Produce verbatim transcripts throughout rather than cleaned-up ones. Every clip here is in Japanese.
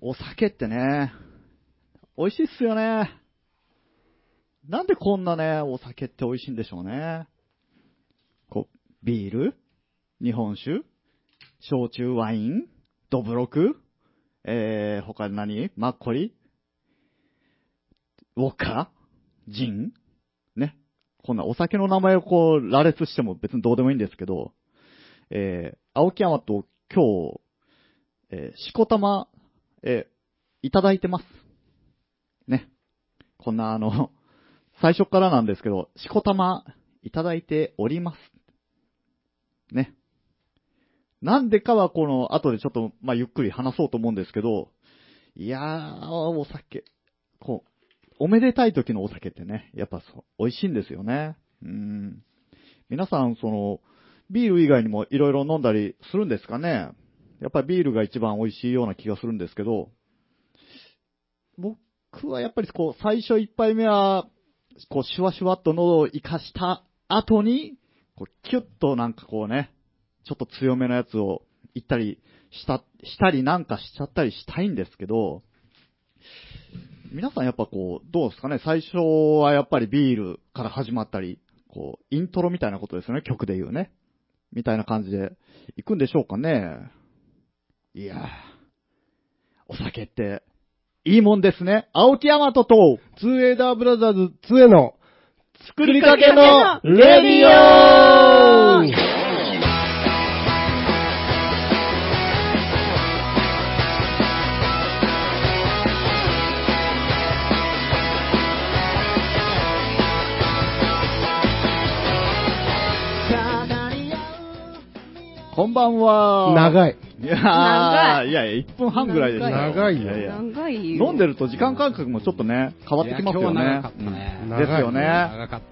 お酒ってね、美味しいっすよね。なんでこんなね、お酒って美味しいんでしょうね。こう、ビール、日本酒、焼酎、ワイン、どぶろく、えー、他に何？マッコリ、ウォッカ、ジンね。こんなお酒の名前をこう、羅列しても別にどうでもいいんですけど、えー、青木山と今日、えー、しこたま、えー、いただいてます。ね。こんなあの、最初からなんですけど、しこたまいただいております。ね。なんでかはこの後でちょっと、まあ、ゆっくり話そうと思うんですけど、いやー、お酒、こう、おめでたい時のお酒ってね、やっぱそう、美味しいんですよね。うん。皆さん、その、ビール以外にもいろいろ飲んだりするんですかね。やっぱりビールが一番美味しいような気がするんですけど、僕はやっぱりこう、最初一杯目は、こう、シュワシュワっと喉を生かした後に、こう、キュッとなんかこうね、ちょっと強めのやつを言ったりした、したりなんかしちゃったりしたいんですけど、皆さんやっぱこう、どうですかね、最初はやっぱりビールから始まったり、こう、イントロみたいなことですよね、曲で言うね。みたいな感じで行くんでしょうかね。いやー、お酒って、いいもんですね。青木山とと、 ツーエイダーブラザーズツーの作りかけのレディオー。 こんばんは。 長い。 いやー、いやいや、いっぷんはんぐらいでしたよ。 長いよ。 いやいや長いよ。 飲んでると時間感覚もちょっとね、変わってきますよね。 いや今日は長かったねうんですよね。 長かった。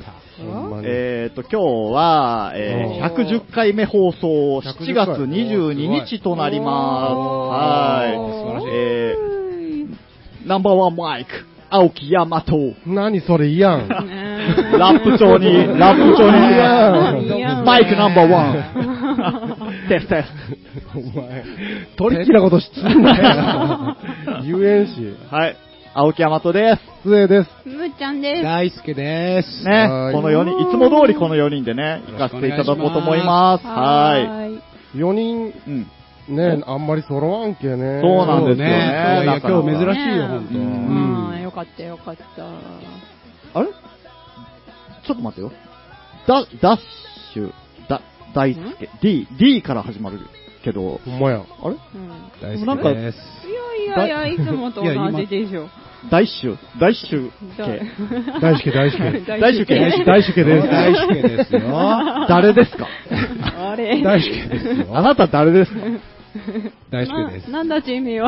ほんまにえーと、今日は、えー、ひゃくじゅっかいめ放送、しちがつにじゅうににちとなります。はい。 素晴らしい。 えー、ナンバーワンマイク、青木山と、 何それいやん。 ラップ調に、ラップ調に、マイクナンバーワン。テステス。 お前、トリッキーなことしてんだよ。言えんし。 はい。青木山とです。 つえです。 むーちゃんです。 大輔です。 ね、 はいこのよにん、いつも通りこのよにんでね、行かせていただこうと思います。はーい。 よにん、 い。うん。 ね、あんまり揃わんけね。 そうなんですよねいやいや、 だから今日珍しいよ、ほんと。 ううんん、よかったよかった。 あれちょっと待ってよ。ダ、ダッシュ、ダ、大輔、D、D から始まるけど、 ほんまや。 あれうん。 大なんか輔です。 いやいやいや、いつもと同じでしょ。 大衆、大衆だ系。 大輔大輔。 大衆系。 大輔です。 大輔ですよ。 誰ですかあれ大輔ですよ。 あなた誰ですか大輔です。 な、なんだチームは。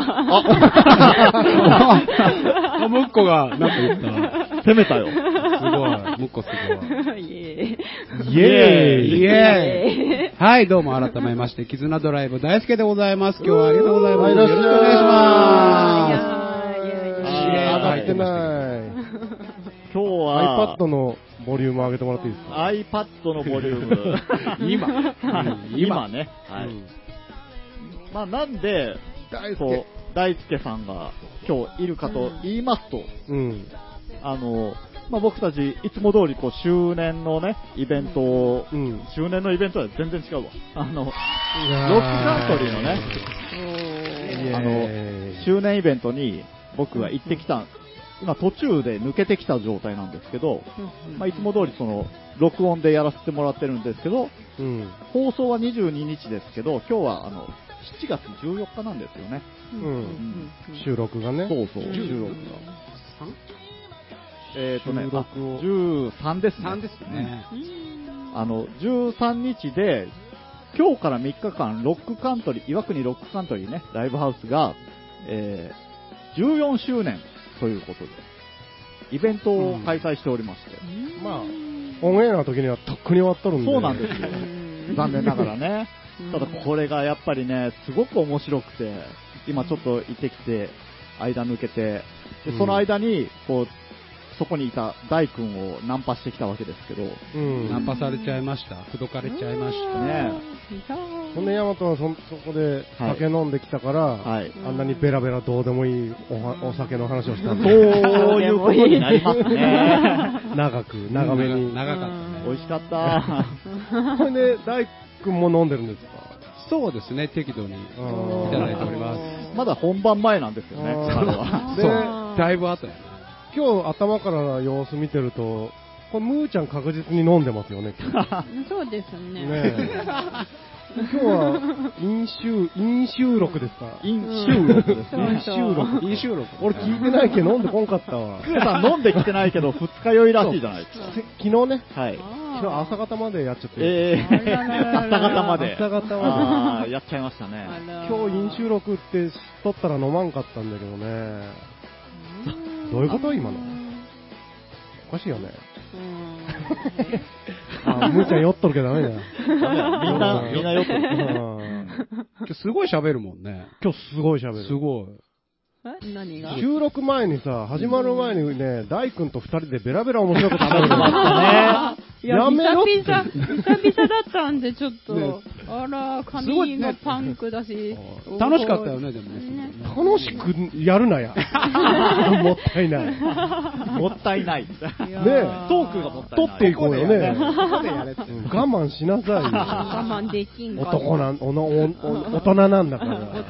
あ、ムッコが、なんか言った。 攻めたよ。 すごい。ムッコすごい。 イエーイ。 イエーイ。 イエーイ。はい、どうも改めまして、絆ドライブ大輔でございます。今日はありがとうございます。よろしくお願いします。 いやいやいやい上や。 がってない。 今日は、 iPad のボリューム上げてもらっていいですか？ iPad のボリューム。 今。 はい今ね。はい。まあなんで、 大こう、大輔さんが今日いるかと言いますと、 うん。 あの、まあ僕たちいつも通りこう周年のね、イベントを、 うん。 周年のイベントは全然違うわ。あの、ロックいやーカントリーのね、あのイエーイ周年イベントに僕が行ってきた、今途中で抜けてきた状態なんですけど、まあいつも通りその、録音でやらせてもらってるんですけど、 うん。 放送はにじゅうににちですけど、今日はあの、しちがつじゅうよっかなんですよね。 うん。収録がね。 そうそう、収録が。えっ、とね、 収録をあじゅうさんですね。 さんですね。 うんあの、じゅうさんにちで、今日からみっかかん、ロックカントリー、岩国ロックカントリーね、ライブハウスが、えー、じゅうよんしゅうねんということで、イベントを開催しておりまして。 まあ、オンエアの時にはとっくに終わっとるんで。 そうなんですよ。残念ながらね。ただこれがやっぱりね、すごく面白くて、今ちょっと行ってきて、間抜けて、でその間に、こう、 そこにいた大君をナンパしてきたわけですけど、 うん。 ナンパされちゃいました。口説かれちゃいましたね。 ほんで、ヤマトは そ, そこで酒飲んできたから、はい、あんなにベラベラどうでもいい お, お酒の話をしたんで、 そういうことになりますね。 長く、長めに。 長かったね。 美味しかった。 これで、大君も飲んでるんですか？ そうですね、適度にいただいております。 まだ本番前なんですよね、彼は。 で、だいぶ後やね。 今日頭から様子見てると、これムーちゃん確実に飲んでますよね。 そうですね。 ね今日は飲酒飲酒録ですか？ 飲酒録です。 飲酒録。 飲酒録。 俺聞いてないけど飲んでこんかったわ。 クエさん飲んできてないけど二日酔いらしいじゃないですか。 昨日ね。 はい。 昨日朝方までやっちゃって。 ええー。朝方まで。 朝方まで。 ああ、やっちゃいましたね。 今日飲酒録って取ったら飲まんかったんだけどね。どういうこと今の？おかしいよね。あ、むーちゃん酔っとるけどダメだよ。 みんな、みんな酔っとる。 今日すごい喋るもんね。 今日すごい喋る。 すごい。 え何が？ 収録前にさ、始まる前にね、大君と二人でベラベラ面白いこと喋ってましたね。いや、 やめろって。 久々、久々だったんで、ちょっと、ね、あら、髪がパンクだし。ね、 楽しかったよね、でもね。 楽しくやるなや。もったいない。 もったいない。ねトークがもったいない。 取っていこうよね。 我慢しなさいよ。 我慢できんか。 男なん、おの、お、大人なんだから。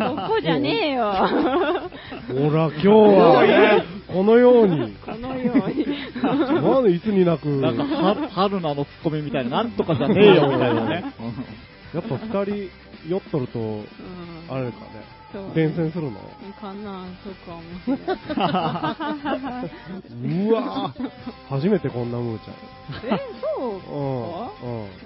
男じゃねえよ。 ほら、今日は、このように。 このように。 なんでいつになく。 なんか、春菜のツッコミみたいな、なんとかじゃねえよ、みたいなね。 やっぱ二人酔っとると、あれかね。伝染するのかな、そうかもしれない。 うわぁ、初めてこんなムーちゃん。 え、そうか、 うんうん、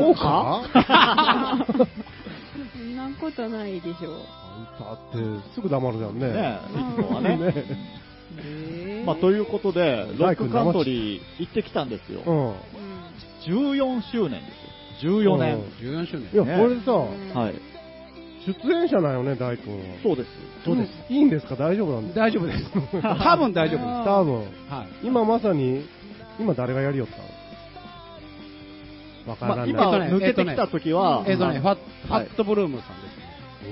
そうかそんなことないでしょ。 だって、すぐ黙るじゃんね。 ねえ、いつもはね。ねえー、まあ、ということで、ロックカントリー行ってきたんですよ。うん、じゅうよんしゅうねんですよ。じゅうよねん。 じゅうよんしゅうねん。 いや、これさ、 はい。 出演者だよね、大君は。 そうです。 そうです。いいんですか？大丈夫なんですか？ 大丈夫です。多分大丈夫です。 多分。はい。今まさに、今誰がやりよったの？わからない。 今抜けてきた時は、 えっとね、ファットブルームさんですね。う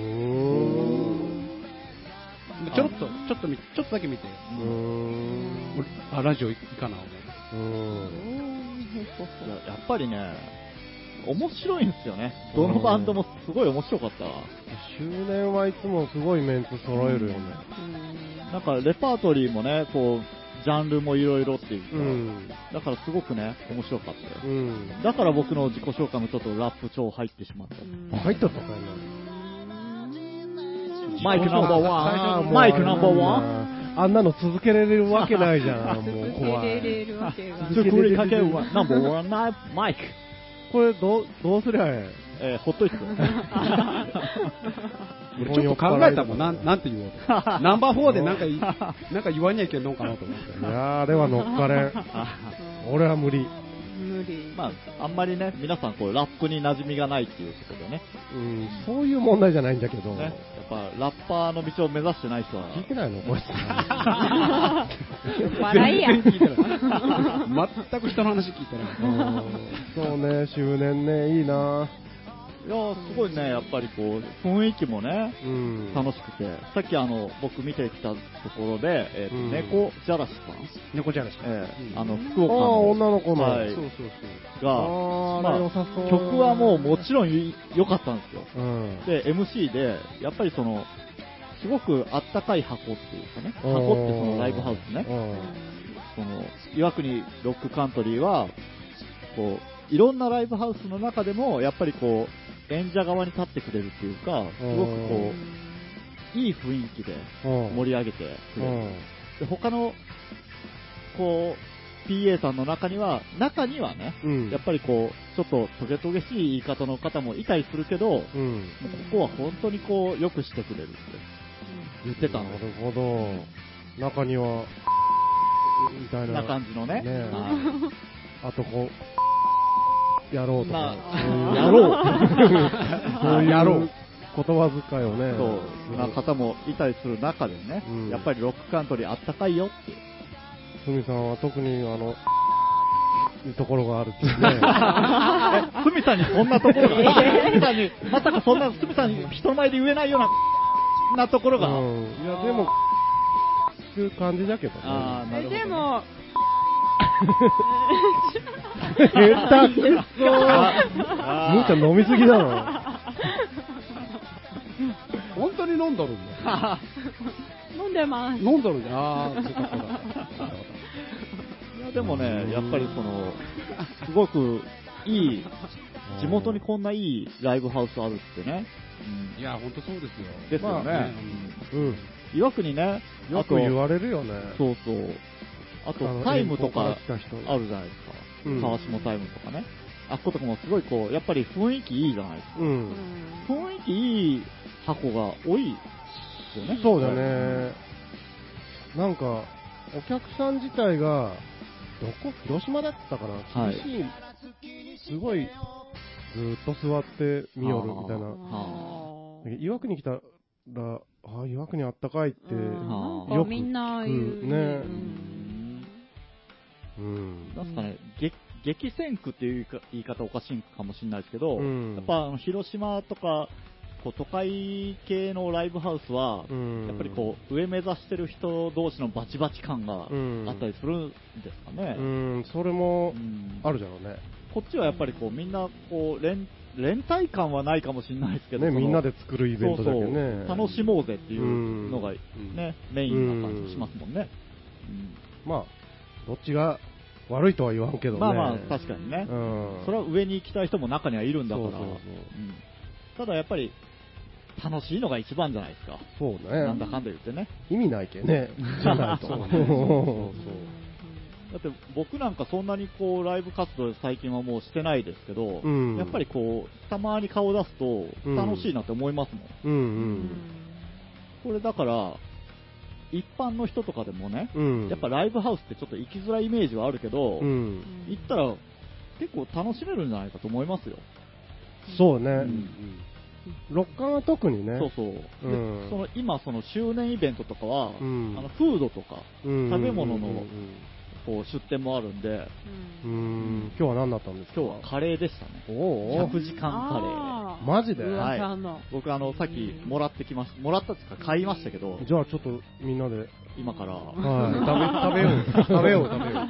ーん。ちょっと、ちょっと見、ちょっとだけ見て。うーん。あ、ラジオいいかな、 うーん。やっぱりね、面白いんですよね。どのバンドもすごい面白かった。 周年はいつもすごいメンツ揃えるよね。 なんかレパートリーもね、こう、ジャンルもいろいろっていうか、うん、だからすごくね、面白かったよ、うん。だから僕の自己紹介もちょっとラップ調入ってしまった。 うん、入ったとかいな。 マイクナンバーワン。マイクナンバーワン。 あんなの続けられるわけないじゃん、もう怖い。 続けられるわけがない。 続けかけるわ。ナンバーワン、マイク。 これどう、どうすりゃええー、ほっといてください。 ちょっと考えたもん、なん、なんて言おうと。ナンバーフォーでなんか、なんか言わにゃいけんのかなと思って。 いやー、あれは乗っかれん。俺は無理。 無理。 まあ、あんまりね、皆さんこう、ラップに馴染みがないっていうことでね。 うん、そういう問題じゃないんだけど。ね、 やっぱ、ラッパーの道を目指してない人は。 聞いてないのこいつ。 笑いや。 全然聞いてない。全く人の話聞いてない。 そうね、周年ね、いいな。 いやー、すごいね、やっぱりこう、雰囲気もね、うん、楽しくて、さっきあの、僕見てきたところで、えーとうん、猫じゃらしさん猫じゃらしさん、 えー、あの、福岡の。 ああ、女の子の。 はい。そうそうそう。が、あまあ、 良さそう。 曲はもうもちろん良かったんですよ。うん、で、エムシー で、やっぱりその、すごくあったかい箱っていうかね、箱ってそのライブハウスね、その、岩国ロックカントリーは、こう、いろんなライブハウスの中でも、やっぱりこう、演者側に立ってくれるっていうか、すごくこう、いい雰囲気で盛り上げてくれる。で他の、こう、ピーエー さんの中には、中にはね、うん、やっぱりこう、ちょっとトゲトゲしい言い方の方もいたりするけど、うん、ここは本当にこう、良くしてくれるって言ってたの。 なるほど。中には、みたいな。 な感じのね。ねあとこう、やろうとか。 やろうそういうやろう言葉遣いをね。 そう、な方もいたりする中でね、うん、やっぱりロックカントリーあったかいよって。 すみさんは特にあの、いうところがあるってね。 え、すみさんにそんなところが、すみさんに、まさかそんな、すみさんに人の前で言えないような、なところが。 うん。いや、でも、そういう感じだけどね。 あー、なるほど、ね。 でも、 下手くそー。むーちゃん飲みすぎだろ。 本当に飲んどるんだ。 飲んでます。 飲んどるんだ。ああ、そうかそうか。 いや、でもね、やっぱりその、すごくいい、地元にこんないいライブハウスあるってね。 うん、いや、本当そうですよ。 ですよね。 まあ、うん。 岩国ね、 よく言われるよね。 そうそう。あと、タイムとかあるじゃないですか。うん、川下タイムとかね。あっことかもすごいこう、やっぱり雰囲気いいじゃないですか。うん、雰囲気いい箱が多いですよね。 そうだね。なんか、お客さん自体が、どこ広島だったかな、厳しい、はい、すごい、ずっと座って見よるみたいな。岩国来たら、あ、岩国あったかいって、 よくみんな言うね。 うん。なんすかね、激戦区っていう言い方おかしいかもしれないですけど、うん、やっぱ広島とか、こう都会系のライブハウスは、うん、やっぱりこう上目指してる人同士のバチバチ感があったりするんですかね。 うん、うん、それもあるじゃろうね。 こっちはやっぱりこうみんなこう連連帯感はないかもしれないですけど、 ね、みんなで作るイベントだけどね。 そうそう楽しもうぜっていうのが、ね、うん、メインな感じしますもんね。 うん、まあどっちが悪いとは言わんけどね。 まあまあ確かにね。うん、それは上に行きたい人も中にはいるんだから。そうそうそう、うん、ただやっぱり楽しいのが一番じゃないですか。 そうね。 なんだかんだ言ってね。 意味ないけね。じゃないと。そうね。そうそうだって僕なんかそんなにこうライブ活動最近はもうしてないですけど、うん、やっぱりこうたまに顔出すと楽しいなって思いますもん。うんうんうん、これだから一般の人とかでもね、うん、やっぱライブハウスってちょっと行きづらいイメージはあるけど、うん、行ったら結構楽しめるんじゃないかと思いますよ。 そうね。うんうん六冠は特にね。 そうそう。うん、でその今、その周年イベントとかは、うん、あのフードとか、うん、食べ物のこう出店もあるんで、 うん、今日は何だったんですか？ 今日はカレーでしたね。おひゃくじかんカレー。 マジで？ はい。僕、あの、さっきもらってきました。もらったっていうか買いましたけど。 じゃあちょっとみんなで。 今から。 はい。食べ、食べよう。食べよう、食べよう。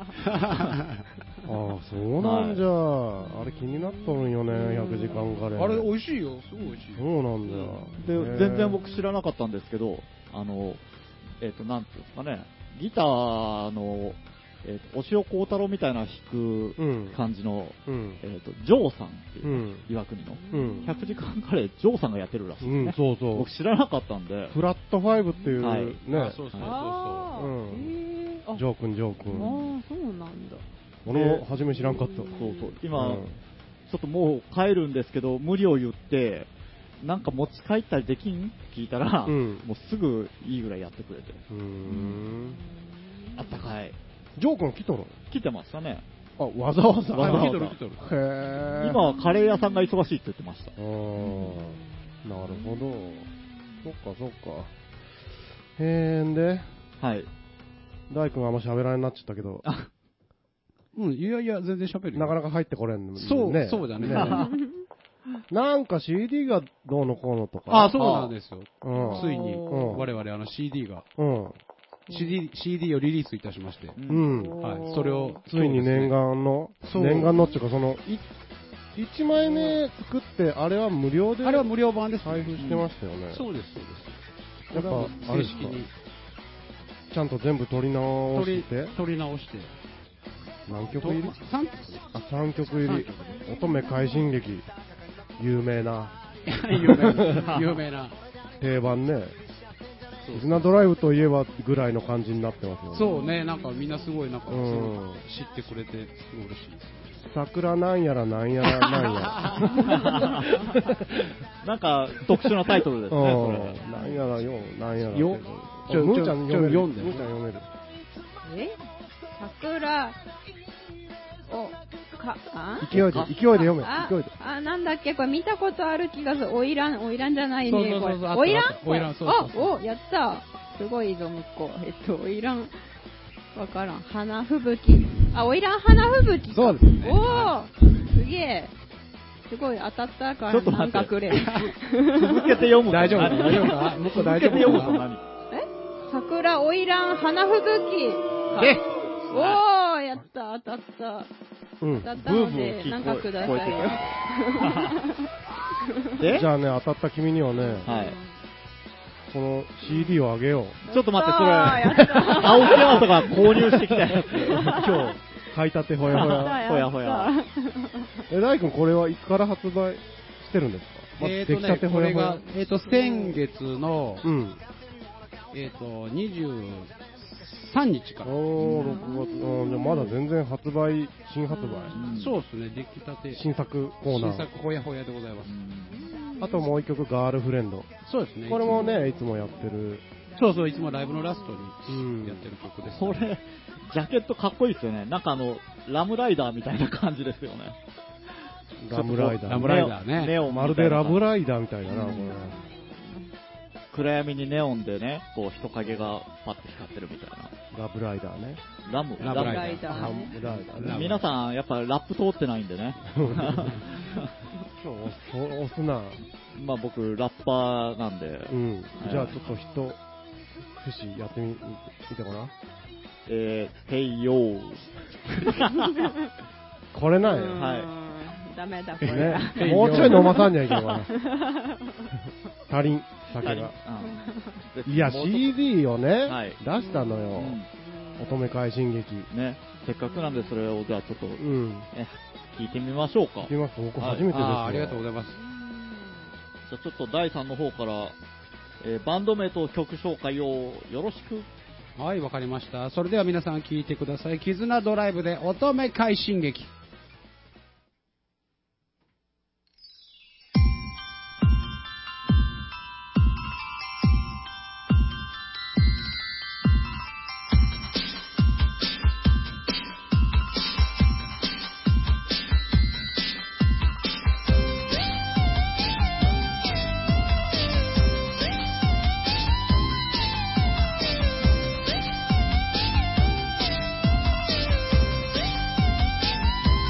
ああ、そうなんじゃ、はい。あれ気になっとるんよね、ひゃくじかんカレー。 あれ美味しいよ。すごい美味しい。 そうなんだよ。で、全然僕知らなかったんですけど、あの、えっ、ー、と、なんていうんですかね、ギターの、えー、と押尾幸太郎みたいな弾く感じの、うん、えー、とジョーさんっていう、うん、岩国の、うん、ひゃくじかんカレージョーさんがやってるらしいですね、うん、そうそう僕知らなかったんでフラットファイブっていう、はい、ねそうそうそうそう、 うん、ジョー君ジョー君ああそうなんだ俺も初め知らんかった。そうそう今、うん、ちょっともう帰るんですけど無理を言ってなんか持ち帰ったりできん聞いたら、うん、もうすぐいいぐらいやってくれてうーんあったかいジョー君来とる来てましたね。 あ、わざわざわざわざ来とる来とる。へ今はカレー屋さんが忙しいって言ってました。あー、なるほど。そっかそっか。へーんで、 はい。 大君はあんま喋られになっちゃったけど。 うん、いやいや、全然喋る。 なかなか入ってこれんの、 ね。そう、そうだね。ねなんか シーディー がどうのこうのとか。 あ、そうなんですよ。うん、ついに、我々あの シーディー が。うん。シーディー、シーディー をリリースいたしまして、うん、はい、それをついに念願の念願のっていうかそのいちまいめ作ってあれは無料であれは無料版です配布してましたよね。 うん、そうですそうですやっぱ正式にちゃんと全部取り直して取り直して何曲入り？ さんあさんきょく入り乙女快進撃有名な有名な有名な定番ね。絆ドライブといえばぐらいの感じになってますよね。 そうね、なんかみんなすごいなんかすごい知ってくれてすごい嬉しいです。 桜なんやらなんやらなんやらなんか特殊なタイトルですね。それなんやらよなんやらよちょむーちゃん読める。むーちゃん読める。 え桜おかあ勢いで勢いで読め勢いであなんだっけこれ見たことある気がする。おいらんおいらんじゃないねこれおいらんおいらんそうそうおやったすごいぞ向こうえっとおいらんわからん。花吹雪。あ、おいらん花吹雪か。 そうですね。 おー、すげえ。すごい当たったからちょっとなん待ってかくれ。 続けて読むと大丈夫何大丈夫か向こう大丈夫か続けて読むと何え桜おいらん花吹雪か。 でおー、やった、当たった。 うん。 当たったので、なんかくださいよ。 でじゃあね、当たった君にはね、 はい。 この シーディー をあげよう。 ちょっと待って、それ、 やったー青木アートが購入してきたやつ。 今日、買いたてほやほや。 ほやほや。 え、大君これはいつから発売してるんですか？まえーと出来たね、これてほやほやが。、えーと、先月の、 うん。 えーと、にじゅうさんにちから。 おー、ろくがつ。うん、じゃあまだ全然発売、新発売。 そうですね、出来たて。 新作コーナー。 新作ほやほやでございます。 あともう一曲、ガールフレンド。 そうですね。 これもね、いつもやってる。 そうそう、いつもライブのラストうんにやってる曲です。 これ、ジャケットかっこいいですよね。なんかあの、ラムライダーみたいな感じですよね。 ラムライダー。 ラムライダーねネオンまるでラブイライダーみたいだな、これ。 暗闇にネオンでね、こう人影がパッと光ってるみたいな。 ラブライダーね。 ラム、 ラブラライイダー。 ラダーね。 ブライダーね。 皆さん、やっぱラップ通ってないんでね。 今日押すな。 まあ僕、ラッパーなんで、 うん。じゃあちょっと人、節やってみ、見てごらん。 えー、Hey Yo。 これなんや。 はいうーんダメだ、これ。 ね。もうちょい飲まさんにゃいけないわな。足りん、酒が。 うんいや、シーディー をね、 はい出したのよ。 うん乙女快進撃。 ね、せっかくなんでそれをじゃあちょっと、 うね、 ん。 聞いてみましょうか。 聞きます。僕はい初めてですよ。 あーありがとうございます。 じゃあちょっとだいさんの方から、えーバンド名と曲紹介をよろしく。 はい、わかりました。それでは皆さん聞いてください。絆ドライブで乙女快進撃。 「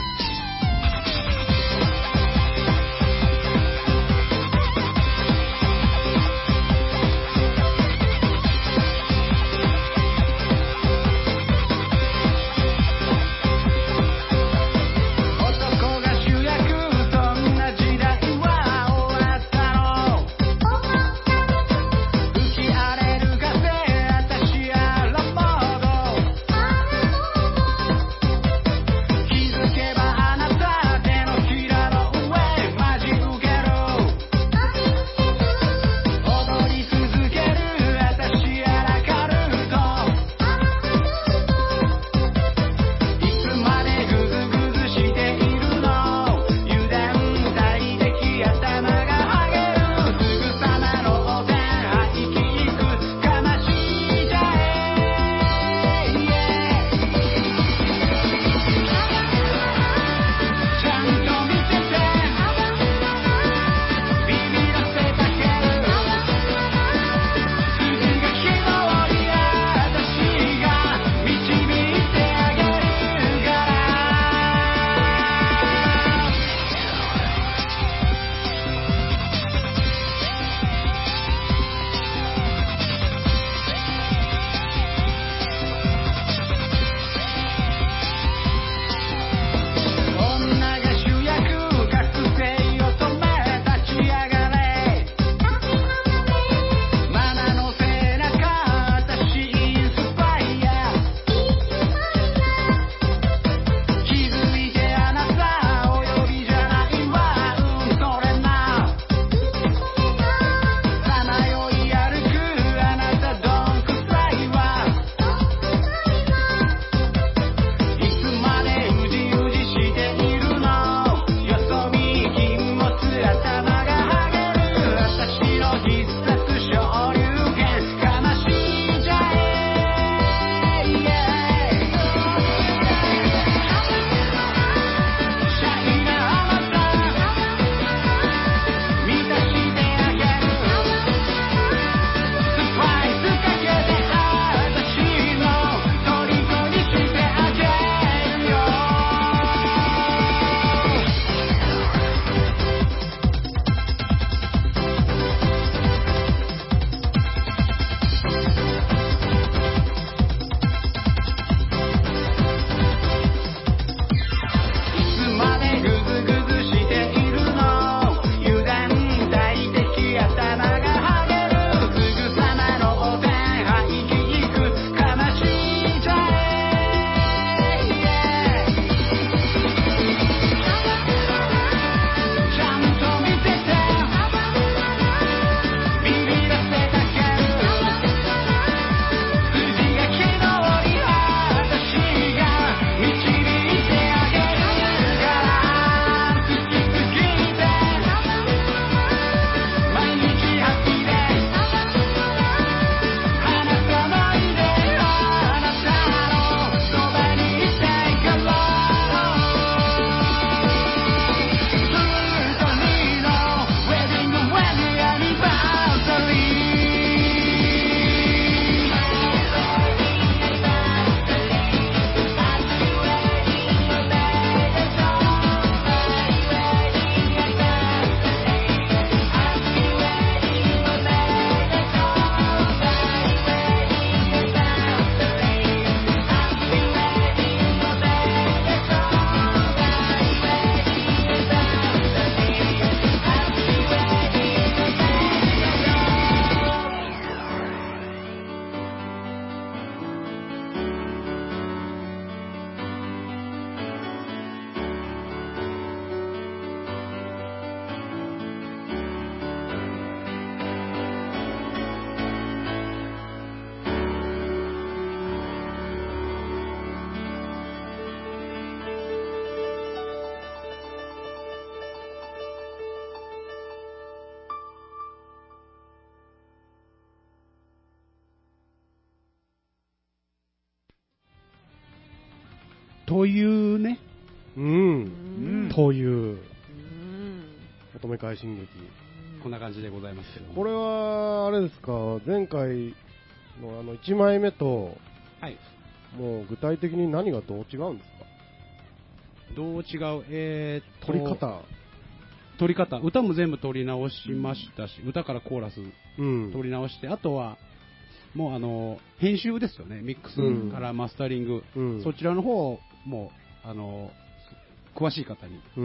というね。 う。 うんん。 という、 うん乙女快進撃。 こんな感じでございますけども。 これは、あれですか、前回のあのいちまいめと、 はい。 もう具体的に何がどう違うんですか？ どう違う、えーっと、 取り方。 取り方。歌も全部取り直しましたし、歌からコーラスうん。 取り直して、あとは、もうあの、編集ですよね。ミックスからマスタリング。 うん。 そちらの方を、もう、あの、詳しい方に。 うん。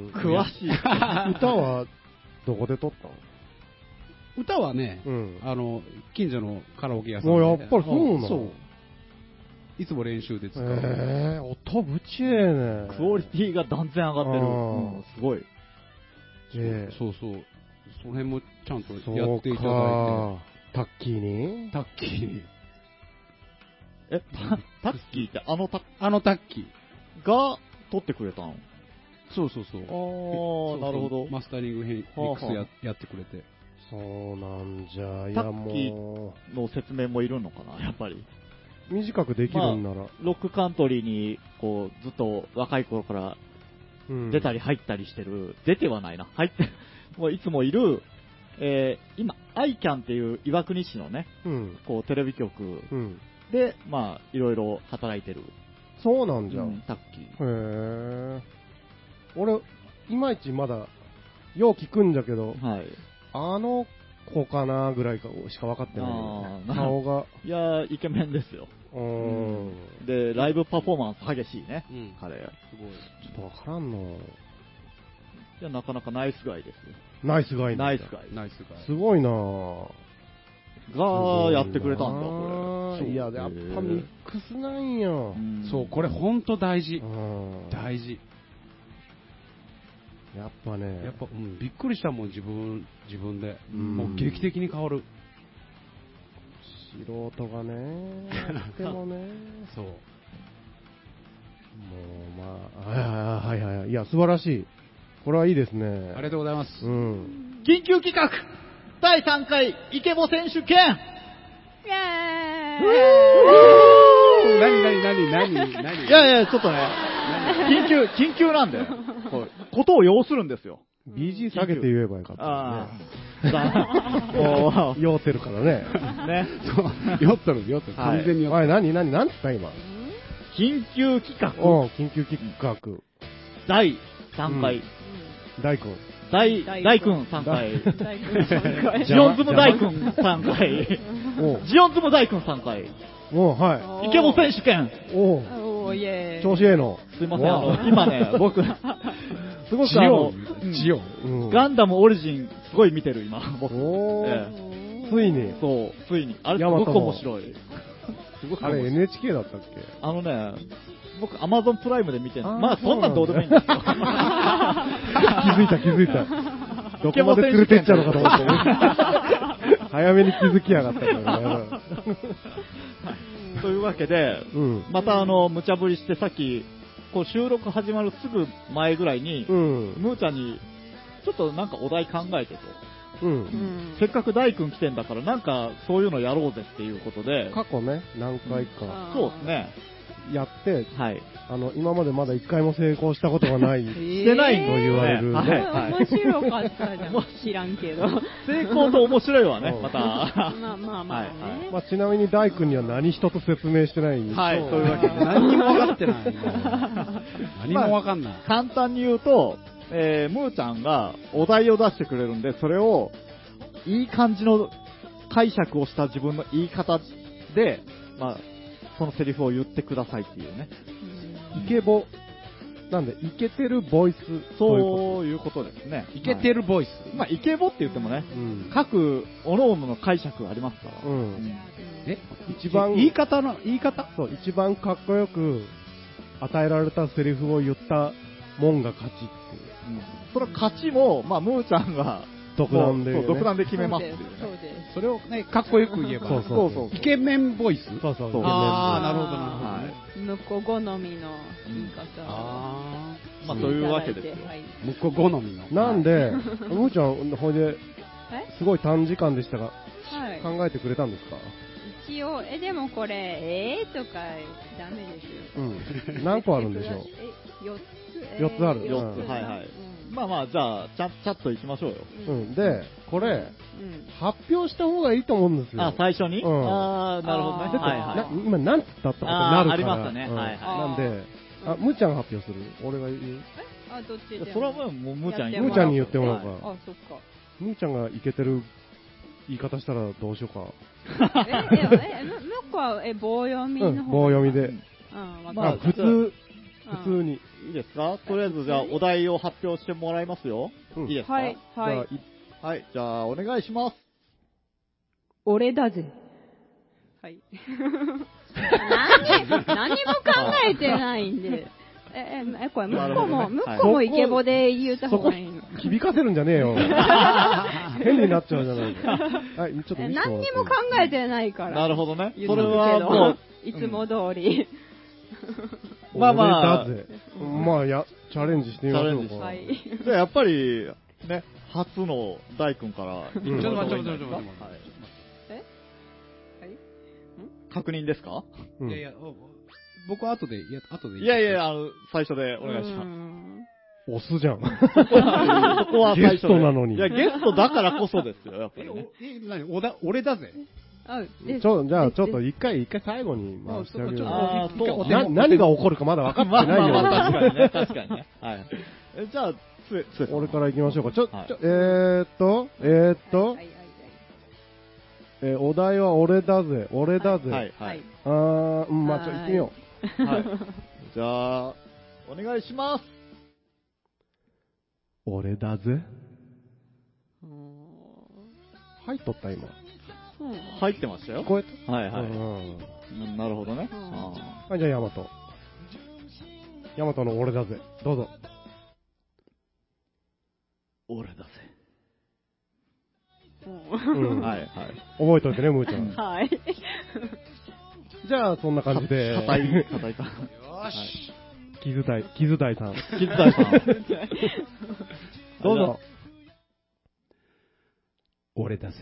詳しい。 歌はどこで撮ったの？ 歌はね、 うん。 あの、近所のカラオケ屋さんで。 もうやっぱりそうなの？ そう。いつも練習で使う。 えー、音ぶちええね。 クオリティが断然上がってる。 あーうんすごい。 ええそうそう。その辺もちゃんとそうやっていただいかタッキーにて。タッキー。 え、タタッキーってあのタッあのタッキー。 が撮ってくれたの？ そうそうそう。 あそうそうー、なるほど。 マスタリング編、ミはあはあックスややってくれて。 そうなんじゃ、いやタッキーもの説明もいるのかな、やっぱり。 う、短くできるんなら。 ロックカントリーに、こう、ずっと若い頃からうん出たり入ったりしてる、出てはないな、入って、もういつもいる、えー、今、アイキャンっていう岩国市のね、 うん。 こう、テレビ局うん。 で、まあ、いろいろ働いてる、 そうなんじゃ。へうんタッキー。 え。俺、いまいちまだ、よう聞くんじゃけど、 はい。 あの子かなぐらいかしか分かってないあよ。 ー顔が。 いやー、イケメンですよ。 うーん。 で、ライブパフォーマンス激しいね、 うん。 彼。いすごい。 ちょっとわからんの。 や、なかなかナイスガイですよ。 ナイスガイなんだナイスガイ。 ナイスガイ。 すごいなぁ。 が、やってくれたんだ、これ。 いや、やっぱミックスなんよ。 んそう、これほんと大事う。ん大事。 やっぱね、 やっぱ、うん、びっくりしたもん、自分、自分で。 うんもう劇的に変わる。 素人がね、やってもね、 そう。 もうまあ、はいはいはいはい。いや、素晴らしい。これはいいですね。 ありがとうございます。 うん。 緊急企画だいさんかいイケボ選手権イエーイ何何何何何いやいや、ちょっとね、緊急、緊急なんで、こうことを要するんですよ。 ビージー 下げて言えばよかったあね。 あ。も酔ってるからね。 う、ね。 そう、酔っとる、酔っとる。 はい完全に酔っとおい、 る。 何何何つった今。 緊急企画うん、緊急企画。 だいさんかい、 大君。 大、 大大君さんかい、 大君さんかいジオンズム大君さんかい、 おう、 ジオンズム大君さんかい、 おう、はイケボ選手権。 い。おう、 おーイエーイ調子ええの。 すいません、あわの、今ね、僕、すごくジあのオ、ン、ジオン。 うんガンダムオリジン、すごい見てる、今、僕。 おー、 えついに。 そう、ついに。あれ、すヤマトもごく面白い。すごくあれ面白いエヌエイチケー だったっけ？ あのね、僕、アマゾンプライムで見てるあーまあ、そんなんどうでもいいんですよ。 気づいた気づいた。どこまで連れてっちゃうのかと思ってね。早めに気づきやがったからね。 というわけで、 うん。 またあの、無茶ぶりして、さっき、こう収録始まるすぐ前ぐらいに、 うん。 ムーちゃんに、ちょっとなんかお題考えてと。 う。 うんんせっかく大君来てんだから、なんかそういうのやろうぜっていうことで、 過去ね、何回かあーそうですね。 やって、 はい。 あの、今までまだ一回も成功したことがない。 してないと言われるはいはい面白かったじゃん。知らんけど。 成功と面白いわねう、んまた。 まあまあまあね。 はいまあ、ちなみに大君には何一つ説明してない。 はい、 そうというわけで、 何にも分かってない。もう何も分かんない。 簡単に言うと、えー、ムーちゃんがお題を出してくれるんで、それを、いい感じの解釈をした自分の言い方で、まあ、そのセリフを言ってくださいっていうね。 イケボ。なんで、イケてるボイス。 そういうことですね。 イケてるボイス。 まあ、イケボって言ってもね、 ういう。うん。 各、各々の解釈がありますから。 うん。 え一番、 言い方の、言い方そう、一番かっこよく与えられたセリフを言ったもんが勝ちっていう。 うんその勝ちも、まあ、ムーちゃんが、 独断で、ね。 もうそう独断で決めますっていうそうね。 です。 それをね、かっこよく言えば。 そうそうそうイケメンボイスそうそう、 そうあーなるほどなるほどは向こう好みの言い方をあまあ、というわけですよ。 はいー。向こう好みの。 なんで、むーちゃん、ほいで、 えすごい短時間でしたが、 はい。 考えてくれたんですか？ 一応、え、でもこれ、えーとか、ダメですよ。 うん。何個あるんでしょう。 え、よっつ。 よっつあるよっつ、はいはい。まあまあ、じゃあ、ちゃ、チャット行きましょうよ。 うん。で、これ、発表した方がいいと思うんですよ。 あ、最初にうん。 あー、なるほどね。はいはい。 今、なんつったとかってなるから。 ありましたね。はいはい。 なんで、あ、むーちゃんが発表する？俺が言う？ えあ、どっちでも。 それはもう、むーちゃんむーちゃんに言ってもらおうか。 あ、そっか。 むーちゃんがいけてる言い方したらどうしようか。 え、え、え、むっこは、え、棒読みの方、 棒読みで。 うん、わかまあ、普通、普通に。 いいですか？とりあえず、じゃあ、お題を発表してもらいますよ。いいですか？ はい、はい。 はい、じゃあ、お願いします。 俺だぜ。はい。何、何も考えてないんで。え、え、これ、向こうも、向こうもイケボで言った方がいいの。 響かせるんじゃねえよ。変になっちゃうじゃないか。はい、ちょっと何にも考えてないから。 なるほどね。それはもう、 いつも通り。 まあまあ、まあ、や、チャレンジしてみましょうか。 はい。 じゃあ、やっぱり、ね、初の大君から。 ちょっと待って、ちょっと待って、ちょっと待って。 えはい確認ですか？ いやいや、僕は後で、いや、後でいい。 いやいや、あの、最初でお願いします。 押すじゃん。 そこは最初で。 ゲストなのに。 いや、ゲストだからこそですよ、やっぱりね。 え、何俺だぜ。 ちょ、じゃあ、ちょっと一回、一回最後に回してあげる。 あー、そう。 な、何が起こるかまだ分かってないよ。 まあまあ、確かにね、確かにね。はい。え、じゃあ、つえ、つえ。 俺から行きましょうか。ちょ、ちょ、えーっと、えーっと、え、お題は俺だぜ、俺だぜ。 はい、はい。 あー、うん、まあ、ちょ、行ってみよう。はい。じゃあ、お願いします。 俺だぜ。入っとった今。 入ってましたよ。 聞こえた？ はいはい。なるほどね。 はい、じゃあヤマト。ヤマトの俺だぜ。どうぞ。 俺だぜ。 うん。 はいはい。 覚えといてね、むーちゃん。 はい。 じゃあ、そんな感じで。 硬い、硬いか。よし。 キズダイ、キズダイさん。 キズダイさん。 どうぞ。 俺だぜ。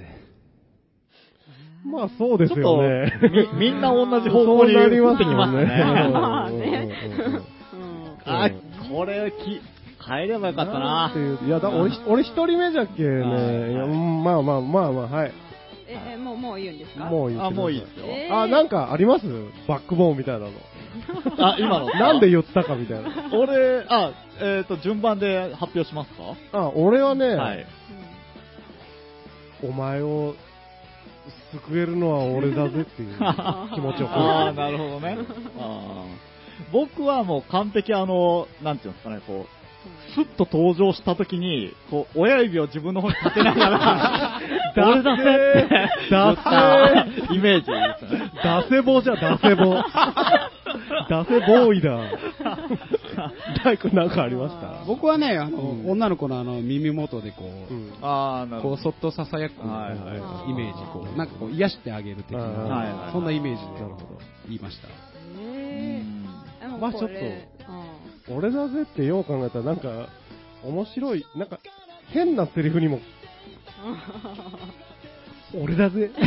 まあそうですよね。 み、みんな同じ方向になりますきますね。 まあね。 あ、これ、き、変えればよかったな。 いや、だ俺、俺一人目じゃっけね。いや、まあまあまあまあ、はい。 え、え、もう、もう言うんですか？ もう言って。 あ、もういいですよ。 あ、なんかあります？バックボーンみたいなの。 あ、今の。 なんで言ったかみたいな。 俺、あ、えっと、順番で発表しますか？ あ、俺はね、 はい。 お前を救えるのは俺だぜっていう気持ちを込めて。 ああ、なるほどね。あ僕はもう完璧あの、なんていうんですかね、こう、スッと登場した時に、こう、親指を自分の方に立てながら、俺だぜって、 ダセイメージですね。 ダセボじゃ、ダセボ。ダセボーイだ。大工なんかありました？ 僕はね、あの、うん、女の子のあの、耳元でこう、うん、 あなるほどこう、そっと囁く、はいはい、イメージ、こう、なんかこう、癒してあげる的な、はいはい、そんなイメージで言いました。 へー。まあちょっと、俺だぜってよう考えたらなんか、面白い、なんか、変なセリフにも、俺だぜ。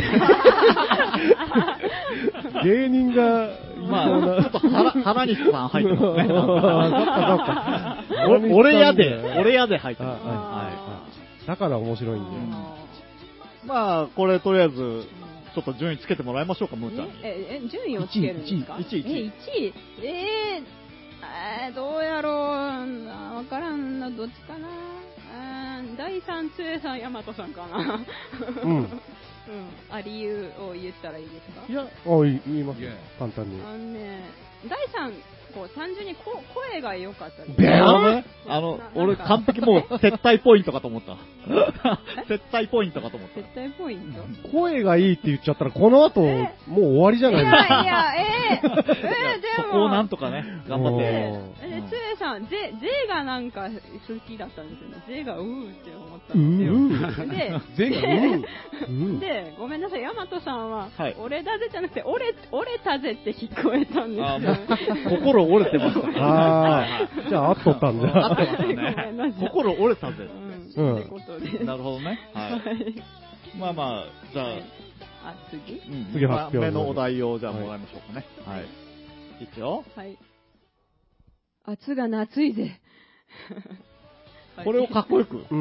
芸人が、 まあ、ちょっと腹、腹にさん入ってますね。そっかそっか。 俺やで、俺やで入ってます。 はい。だから面白いんで。 まあ、これとりあえず、ちょっと順位つけてもらいましょうか、むーちゃんに。 え、え、順位をつけるんですか？ いちい。いちい。 え、いちい。えー、どうやろう。わからんな、どっちかな。だいさん、つえさん、やまとさんかな。うん。うん。あ、理由を言ったらいいですか？ いや、あ、言いますよ。簡単に。 あのね、だいさん、こう、単純にこ声が良かったです。 ベーンあの、俺完璧もう、接待ポイントかと思った。接待ポイントかと思った。 接待ポイント声がいいって言っちゃったら、この後、もう終わりじゃないですか。いやいや、えー、えー、でも。 そこをなんとかね、頑張って。 え、つえさん、ゼ、ゼがなんか好きだったんですよね。ゼがうーって思ったんですよ。で、 ゼがうーで、ごめんなさい、ヤマトさんは、俺だぜじゃなくて、俺、俺たぜって聞こえたんですよ。 心折れてましたね。 ああ、じゃあ、あっとったんじゃ。 あってましたね。心折れたぜ。 うん。ってことで。 なるほどね。はい。まあまあ、じゃあ、 あ、次うん、 次発表目のお題をじゃあもらいましょうかね。はい。はい、いいですよ。 はい。暑が夏いぜ。 これをかっこよく。うん。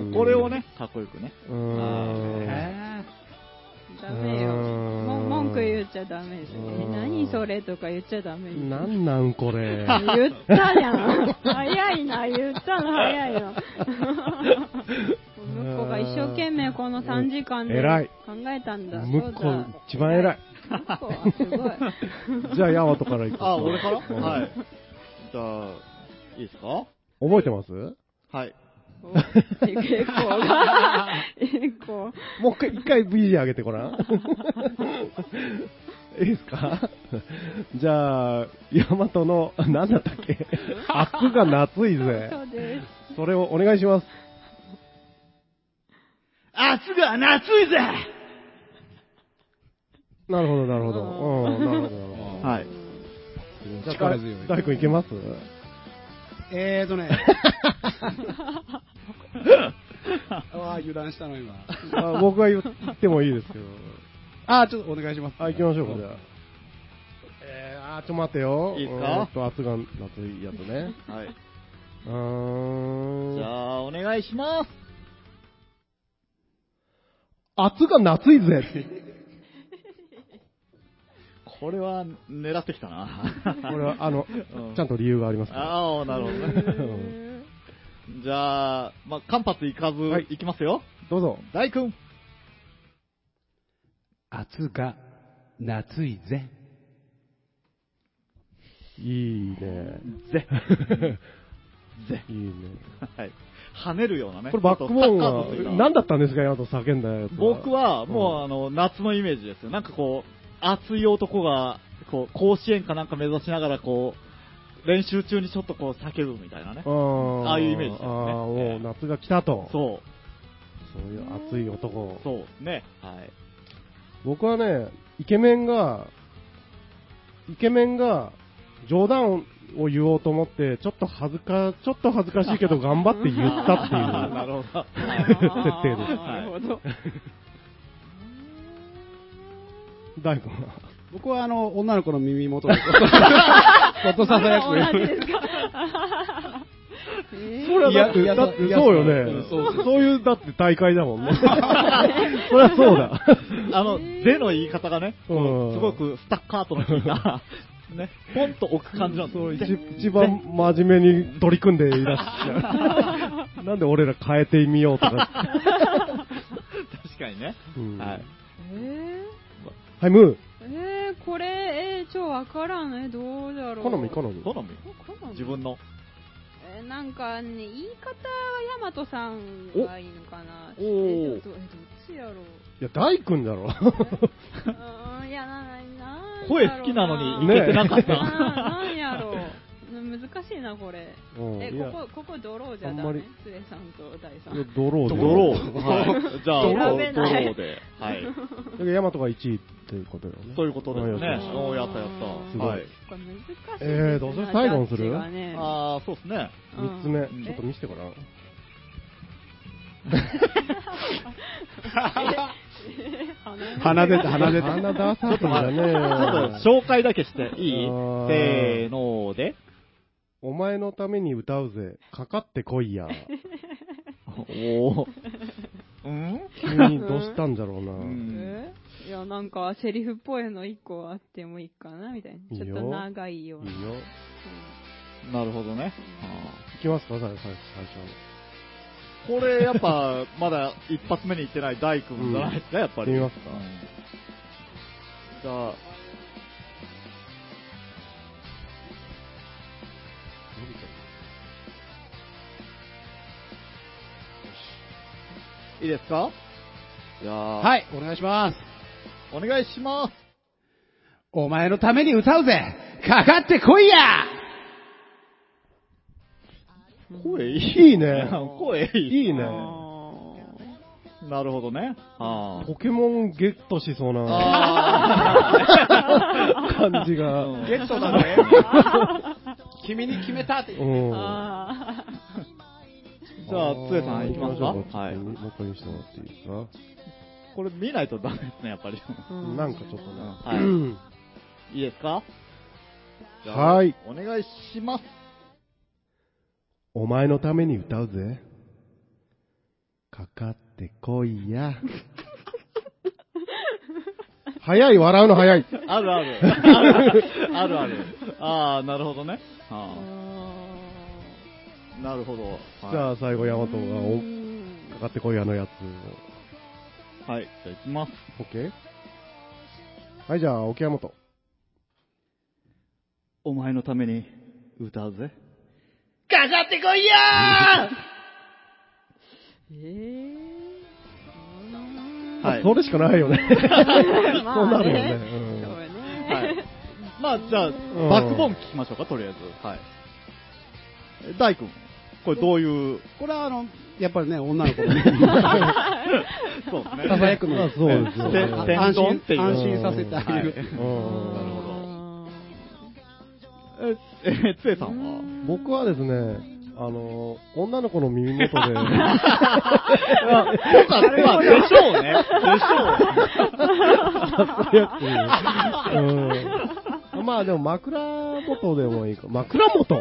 これをね、かっこよくね。 うーん。 ダメよ。も文句言っちゃダメです。え、何それとか言っちゃダメです。 なんなんこれ。 言ったじゃん。早いな、言ったの早いの。向こうが一生懸命このさんじかんで考えたんだ。 向こう一番偉い。 向こうはすごい。じゃあ、ヤマトからいこう。 あ、俺からはい。じゃあ、いいですか？ 覚えてます？ はい。 結構が、結構。 もう一回、一回 ブイ 上げてごらん。いいですか？じゃあ、ヤマトの、何だったっけ？暑が夏いぜ。 そうです。 それをお願いします。 暑が夏いぜ！ なるほど、なるほど。うん、なるほど、なるほど。 はい。 力強い。 大君いけます？ えーとね。ああ、油断したの今。 あ、僕が言ってもいいですけど。 ああ、ちょっとお願いします。 あ、行きましょうか、じゃあ。えー、あー、ちょっと待ってよ。 いいですか？ と、暑が夏いやつね。 はい。 うーん。 じゃあ、お願いします。 暑が夏いぜ。 これは狙ってきたな。 これは、あの、うん、ちゃんと理由がありますから。 ああ、なるほどね。じゃあ、まあ、間髪いかず、はい、いきますよ。 どうぞ。 大君。 暑が夏いぜ。 いいね。 ぜ。 ぜ。いいね。 はい。跳ねるようなね。 これバックボーンは何だったんですか、ヤマト叫んだやつは。 僕は、もう、うん、あの、夏のイメージですよ。なんかこう、熱い男が、こう、甲子園かなんか目指しながら、こう、練習中にちょっとこう叫ぶみたいなね。ああいうイメージですよね。ああ、 もう夏が来たと。 そう。 そういう熱い男。 そうね。はい。 僕はね、イケメンが、イケメンが冗談を言おうと思って、ちょっと恥ずか、ちょっと恥ずかしいけど頑張って言ったっていう。 なるほど。 設定です。 なるほど。 大君は僕はあの女の子の耳元でそっとささやく。 同じですか？ それはだって、だってそうよね。そういうだって大会だもんね。そりゃそうだ。 あの、での言い方がね、すごくスタッカートの効いた、ね、ポンと置く感じなんですよ。 一番真面目に取り組んでいらっしゃる。なんで俺ら変えてみようとか。 確かにね。はい。 はい、ムー。 えー、これ、えー、超わからんね。どうだろう。 好み、好み。 好み自分の。 えー、なんかね、言い方はヤマトさんがいいのかな。 おお。 えー、ど, どっちやろう。 いや、大君だろ。 うん、いや、な、な、 声好きなのにいけてなかった。 な, なんやろう。難しいな、これ。え、ここ、ここドローじゃダメ？スエさんと大さん。 ドローで。 ドロー。はい。じゃあ、ドローで。はい。 だけど、ヤマトがいちいっていうことだよね。 そういうことですね。おー、やったやった。 すごい。 これ難しい。 えー、どうする最後にする？ あー、そうですね。 三つ目。ちょっと見せてごらん。 鼻出た、鼻出た。 鼻出させたんだね。 ちょっと紹介だけしていい？せーので。 お前のために歌うぜ。かかってこいや。 おお。うん急にどうしたんだろうな。 えいや、なんかセリフっぽいの一個あってもいいかなみたいな。ちょっと長いような。いいよ。 うん、なるほどね。 いきますか、最初。 これやっぱまだ一発目に行ってない大君じゃないですか、やっぱり。 見ますか。うん、 じゃあ。いいですか？じゃあ。 はい、お願いします。 お願いします。 お前のために歌うぜ。かかってこいや。 声いい。 いいね。 声いい。 いいね。 なるほどね。 あポケモンゲットしそうな感じが。 ゲットだね。 君に決めたって。 じゃあ、つえさん行きますか？ はい。もう一回見せてもらっていいですか？ これ見ないとダメですね、やっぱり。 なんかちょっとね。 はい。いいですか？ はい。 お願いします。 お前のために歌うぜ。かかってこいや。早い、笑うの早い。 あるある。あるある。ああ、なるほどね。あなるほど。はい、 じゃあ最後、ヤマトがおかかってこいやのやつを。はい、じゃあ行きます。 OK？ はい、じゃあ、沖山と。 お前のために歌うぜ。かかってこいやーえー、はい。それしかないよね。そうなるよね。うん、そうね。 はい。まあ、じゃあ、バックボーン聞きましょうか、とりあえず。はい。大君、これどういう。 これはあの、やっぱりね、女の子のね。 そうですね。 ささやくの。 まあ、そうですよね。 安心、安心させてあげる。 なるほど。え、え、つえさんは僕はですね、あの、女の子の耳元で。まあ、 でしょうね。でしょう。 うん。まあでも枕元でもいいか。枕元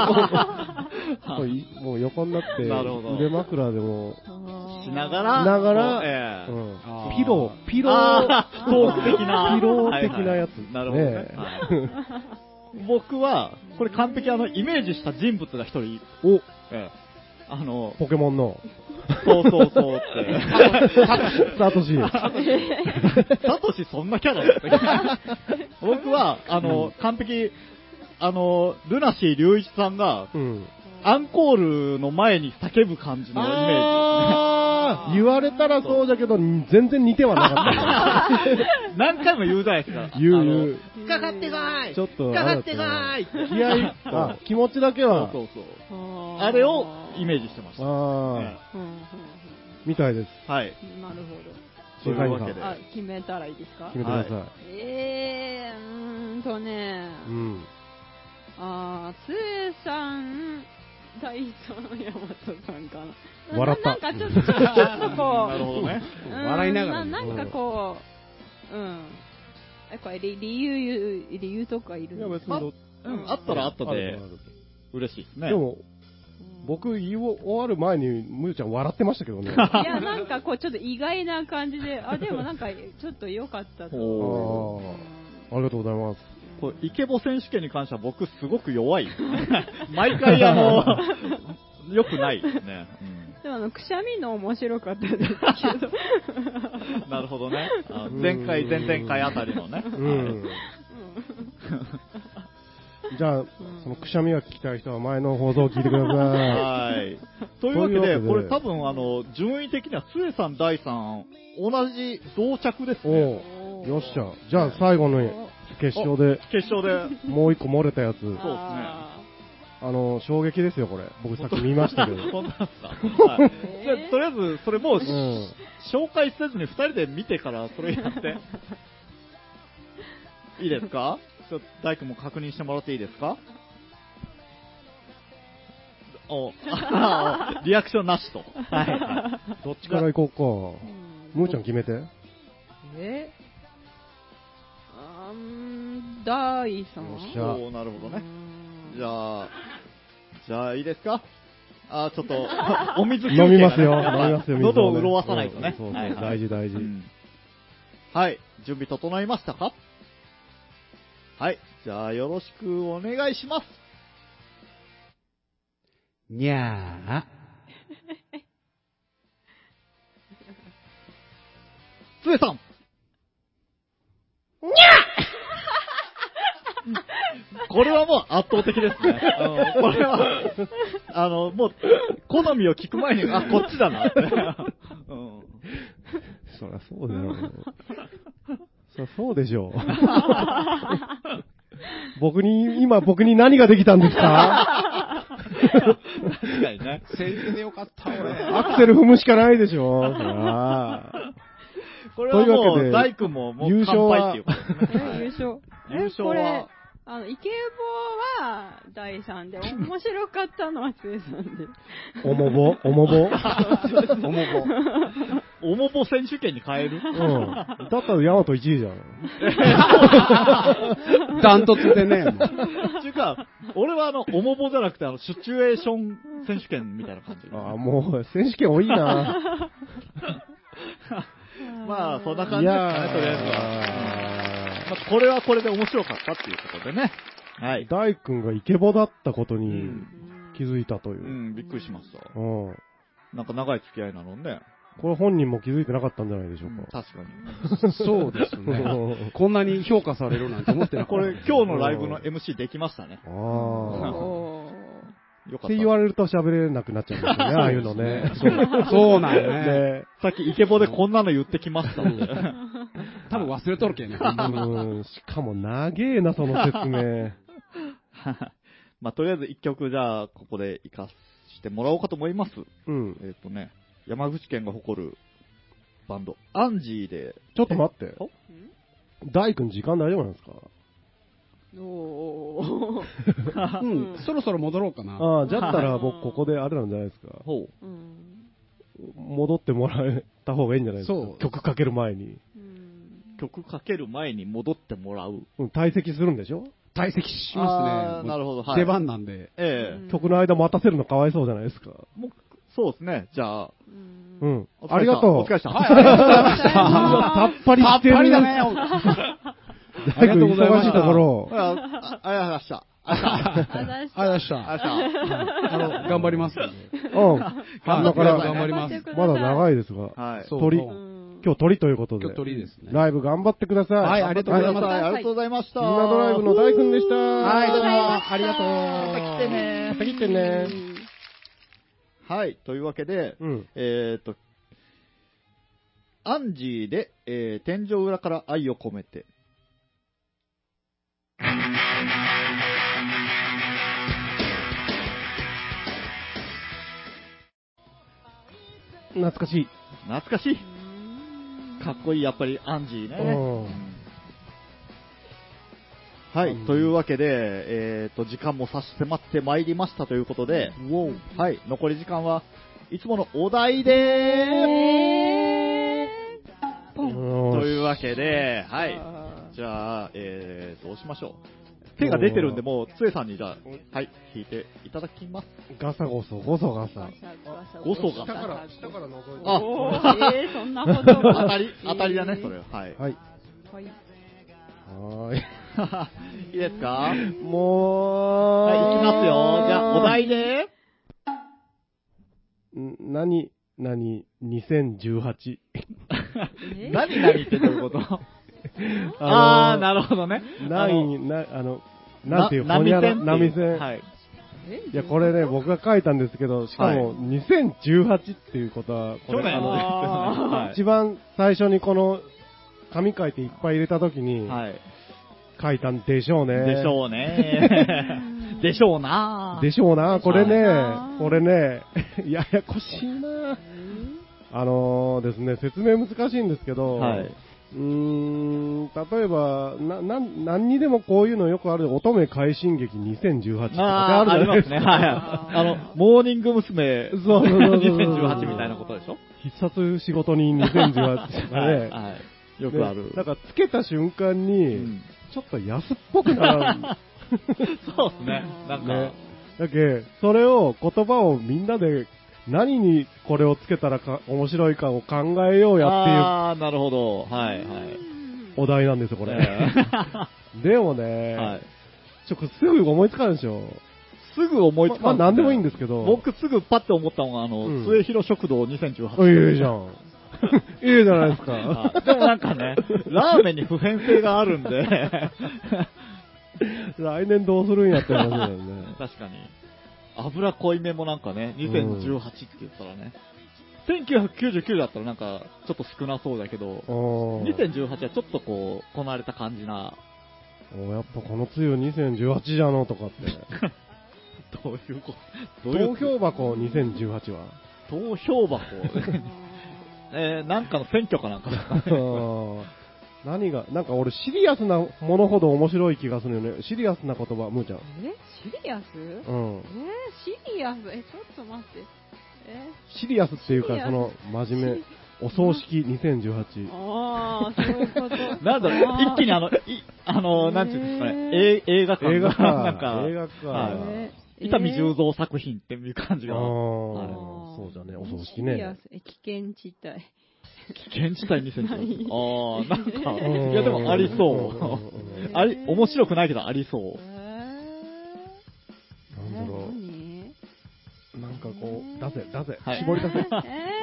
もう横になって、腕枕でもしながら、 ながら、えーうん、ピロー、ピロー、 トーク的な、 ピロー的なやつ。 なるほどね。僕は、これ完璧あの、イメージした人物が一人、お、ええ、あの、 ポケモンの、 そうそうそうって。 サトシ。 サトシそんなキャラだったっけ？僕は、あの、完璧、あの、ルナシー隆一さんが、うん、アンコールの前に叫ぶ感じのイメージ。 あ言われたらそうだけど、全然似てはなかった。 何回も言うじゃないですか。 言う言う。 かかってこいちょっと、 かかってこい気合い、あ、気持ちだけは。 そうそうそう。あれをイメージしてました。ああ、ね。 みたいです。 はい。 なるほど。 審査員さん。 あ、決めたらいいですか？ 決めてください。はい、 えー、うーんとね、うん。あー、つえさん、大さん、山本さんかな。 笑った。 なんかちょっと、ちょっとこう、 なるほどね。 笑いながら。 なんかこう、うん。え、これ理由、理由とかいるんですか？ うん、あったらあったで、嬉しいですね。 でも、僕言い終わる前に、むゆちゃん笑ってましたけどね。いや、なんかこう、ちょっと意外な感じで、あ、でもなんか、ちょっと良かったと思う。 ありがとうございます。 これイケボ選手権に関しては僕すごく弱い。毎回あの、良くないですね。 うん、でもあの、くしゃみの面白かったですけど。 なるほどね。前回、前々回あたりのね。うんじゃあ、そのくしゃみが聞きたい人は前の放送を聞いてください。 はい。というわけで、これ多分あの、順位的には、つえさん、だいさん、同じ同着ですね。 およっしゃ。じゃあ最後の決勝で、 決勝で、 もう一個漏れたやつ。そうですね。 あの、衝撃ですよ、これ。僕さっき見ましたけど。 そんなんすか。はい。じゃあ、とりあえず、それもう、うん、紹介せずに二人で見てから、それやって。いいですか？ちょっと大工も確認してもらっていいですか？おリアクションなしと。はい。 どっちから行こうか。むーちゃん決めて。 えあん、大さん。 おー、なるほどね。じゃあ、じゃあいいですか？あ、ちょっと、お水飲みますよ。飲みますよ、 喉を潤わさないとね。 そうそう、大事大事。 はい、準備整いましたか？はい。じゃあ、よろしくお願いします。 にゃー。 つえさん。 にゃこれはもう圧倒的ですね。あのこれは、あの、もう、好みを聞く前に、あ、こっちだなって。うん、 そりゃそうだよ。そりゃそうでしょう。僕に、今僕に何ができたんですか？ 確かにね。 先生でよかった、俺。 アクセル踏むしかないでしょ。そらこれはもう、大工ももう完敗っていうことですね。 優勝。 優勝は、 あの、イケボはだいさんで、面白かったのはつえさんで。 おもぼおもぼおもぼおもぼ選手権に変える。 うん。だったらヤマトいちいじゃん。 ダントツでね。 っていうか、俺はあの、おもぼじゃなくて、あの、シチュエーション選手権みたいな感じ。 ああ、もう、選手権多いな。 まあ、そんな感じですかね、とりあえずは。まあ、これはこれで面白かったっていうことでね。はい。 大君がイケボだったことに気づいたという。 うん、うん、びっくりしました。 うん。 なんか長い付き合いなのね。 これ本人も気づいてなかったんじゃないでしょうか。 うん、確かに。 そうですね。こんなに評価されるなんて思ってなかった。 これ、今日のライブの エムシー できましたね。 ああ。 よかった。 って言われると喋れなくなっちゃうんですよね、ああいうのね。 そう、そうなんよね。 ね、 さっきイケボでこんなの言ってきました。 多分忘れとるけんね。 うん、しかも長えな、その説明。 まあ、とりあえず一曲じゃあ、ここで活かしてもらおうかと思います。 うん。 えっ、とね、山口県が誇るバンド、アンジーで。 ちょっと待って。大君時間大丈夫なんですか？ おー。うん、そろそろ戻ろうかな。 ああ、じゃったら僕ここであれなんじゃないですか。 ほう。 うん、 戻ってもらえた方がいいんじゃないですか。 そう。 曲かける前に。 うん、 曲かける前に戻ってもらう。 うん、退席するんでしょ？ 退席しますね。 なるほど。はい、 出番なんで。 ええ。 曲の間待たせるのかわいそうじゃないですか。 もうそうですね。じゃあ。 うん。ありがとう。 お疲れ様。 はい、ありがとうございました。 さっぱりしてる。 さっぱりだね。 ありがとうございました。ところ。 ありがとうございました。ありがとうございました。 ありがとうございました。あの、頑張りますんで。 うん。今から頑張ります。 まだ長いですが。 はい。 鳥。今日鳥ということで。 今日鳥ですね。 ライブ頑張ってください。 はい、ありがとうございます。 ありがとうございました。 みんなドライブの大君でした。 はい、どうもありがとう。 また来てね。 また来てね。 はい、というわけで、 うん、 えっと、アンジーで、えー、天井裏から愛を込めて。 懐かしい。 懐かしい。かっこいい、やっぱりアンジーね。うんはい、というわけで、えーと、時間も差し迫ってまいりましたということで、はい、残り時間はいつものお題でーす。というわけで、はい、じゃあ、えー、どうしましょう。手が出てるんで、もう、つえさんにじゃあ、はい、弾いていただきます。 ガサゴソ、ゴソガサ。 ゴソガサ。 下から、下から覗いて。 あ、 えー、そんなこと当たり、当たりだね、それ。はい。 はい。はい。 いいですか？ もう、 はい、いきますよ。じゃあ、お題で。 ん、なに、なに、にせんじゅうはち。 なになにってどういうことあー、なるほどね。 なに、な、あの、なんていう、ほにゃら、波線。はい。いや、これね、僕が書いたんですけど、しかも、にせんじゅうはちっていうことは、 去年の、一番最初にこの、紙書いていっぱい入れたときに、はい。書いたんでしょうね。 でしょうね。でしょうな。 でしょうな。これね、これね、ややこしいな。あのー、ですね、説明難しいんですけど、はい。うーん、例えば、な、な、何にでもこういうのよくある、乙女快進撃にせんじゅうはちとかあるじゃないですか。 ありますね。はい。あの、モーニング娘。そうそうそうにせんじゅうはちみたいなことでしょ？ 必殺仕事ににせんじゅうはちとかね。はい。はい、 よくある。 なんか、つけた瞬間に、うん、ちょっと安っぽくなる。 そうですね。なんか。ね、 だけそれを、言葉をみんなで、何にこれをつけたらか面白いかを考えようやっていう。 ああ、なるほど。はい、はい。 お題なんですよ、これ。えー、でもね、はい、ちょっとすぐ思いつかんでしょ。 すぐ思いつかん、ね。 まあ、なんでもいいんですけど。 僕すぐパッて思ったのが、あの、うん、末広食堂にせんじゅうはち。 いいじゃん。いいじゃないですか。 でもなんかね、ラーメンに普遍性があるんで。 来年どうするんやって話だよね。 確かに。油濃いめもなんかね、にせんじゅうはちって言ったらね、うん、せんきゅうひゃくきゅうじゅうきゅうだったらなんかちょっと少なそうだけど、にせんじゅうはちはちょっとこう、こなれた感じな。 おやっぱこのつゆにせんじゅうはちじゃのとかって。 どういうこと投票箱にせんじゅうはちは投票箱えー、なんかの選挙かなんかですかね。 何が、なんか俺シリアスなものほど面白い気がするよね。シリアスな言葉、むーちゃん。 えシリアスうん。えー、シリアスえ、ちょっと待って。えシリアスっていうか、その、真面目。 お葬式にせんじゅうはち。 ああ、そういうこと。 なんだろう、一気にあの、いあの、なんていうんですかね、え映画館映画がなんか。 か、 映画か。 はいえー伊丹十三作品っていう感じが、 ああ、 はいそうじゃね、お葬式シリアね。 スえ危険地帯。 危険地帯にせんじゅうはち。 ないああ、なんか、 うんいやでもありそうんうんうんう。あり、面白くないけどありそう。 なんだろ何う。なんかこう、出せ、出せ。 はい絞り出せ。 え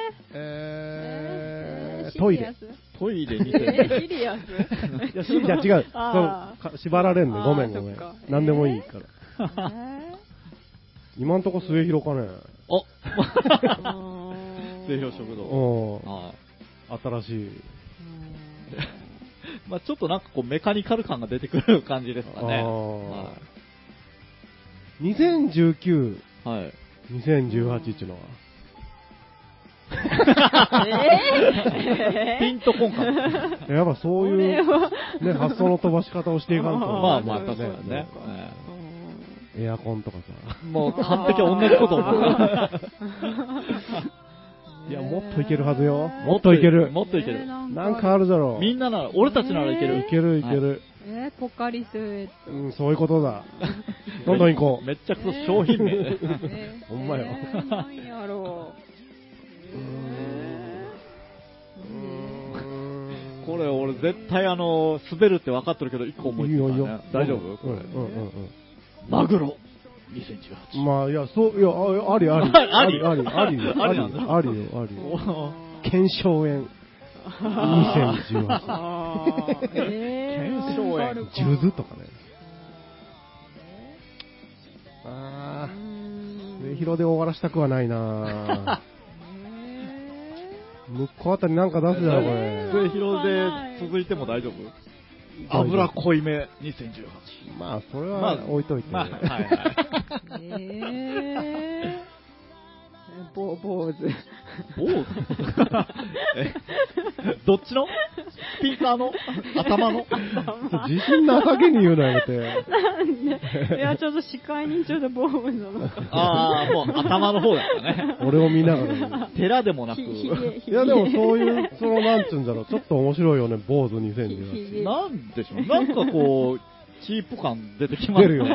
えー、 ートイレ。。 トイレシリアスにせんじゅうはち。 えシリアスいや、しじゃあ違う。 あそうか縛られんね。 あーごめんごめんそっか。 なんでもいいから。 え今んとこ末広かね。 おー末広食堂。 うん。 はい。 新しい。 まあちょっとなんかこうメカニカル感が出てくる感じですかね。 あはーにせんじゅうきゅい。はい。 う、にせんじゅうはちっていうのは。 えーピンとこんかな。 やっぱそういう、ね、 これは発想の飛ばし方をしていかんと。 まあまあ、確かねにね。 エアコンとかさ。 もう完璧同じこと思う。 いや、もっといけるはずよ。 ももっといける。 もっといける。 えーなんかあるだろう。 みんななら、俺たちならいける。 いけるいける。 えーポカリスエット。 うん、そういうことだ。どんどん行こう。 めっちゃくちゃ商品名。 えーほんまよえーなんやろう。 これ俺絶対あの、滑るって分かってるけど、一個思いついたねいいよいいよ。 大丈夫これ。 うんうんうんマグロ。にせんじゅうはち。 うん。まあ、いや、そう、いや、あありあり。 ありありあり。ありよ。 ありなんだありよ、ありよ。検証園。にせんじゅうはち。 あーえー検証園ジュズとかね。あうあ、 ん末広で終わらしたくはないな向こうあたりなんか出すだろ、これ。 末広で続いても大丈夫油濃いめにせんじゅうはち。 まあ、それまはあ置いといて。 まあ、はいはい。 えーぼ坊主。 坊主えどっちのスピーカーの頭の自信なさげに言うのやめて。 いや、ちょっと視界にちょっと坊主なのか。 ああ、もう頭の方だったね。 俺を見ながら言う。 寺でもなく。 ひひげひげいやでもそういう、そのなんつうんだろう、ちょっと面白いよね、坊主にせんじゅうはち。 ひげなんでしょう。なんかこう、チープ感出てきます出るよね。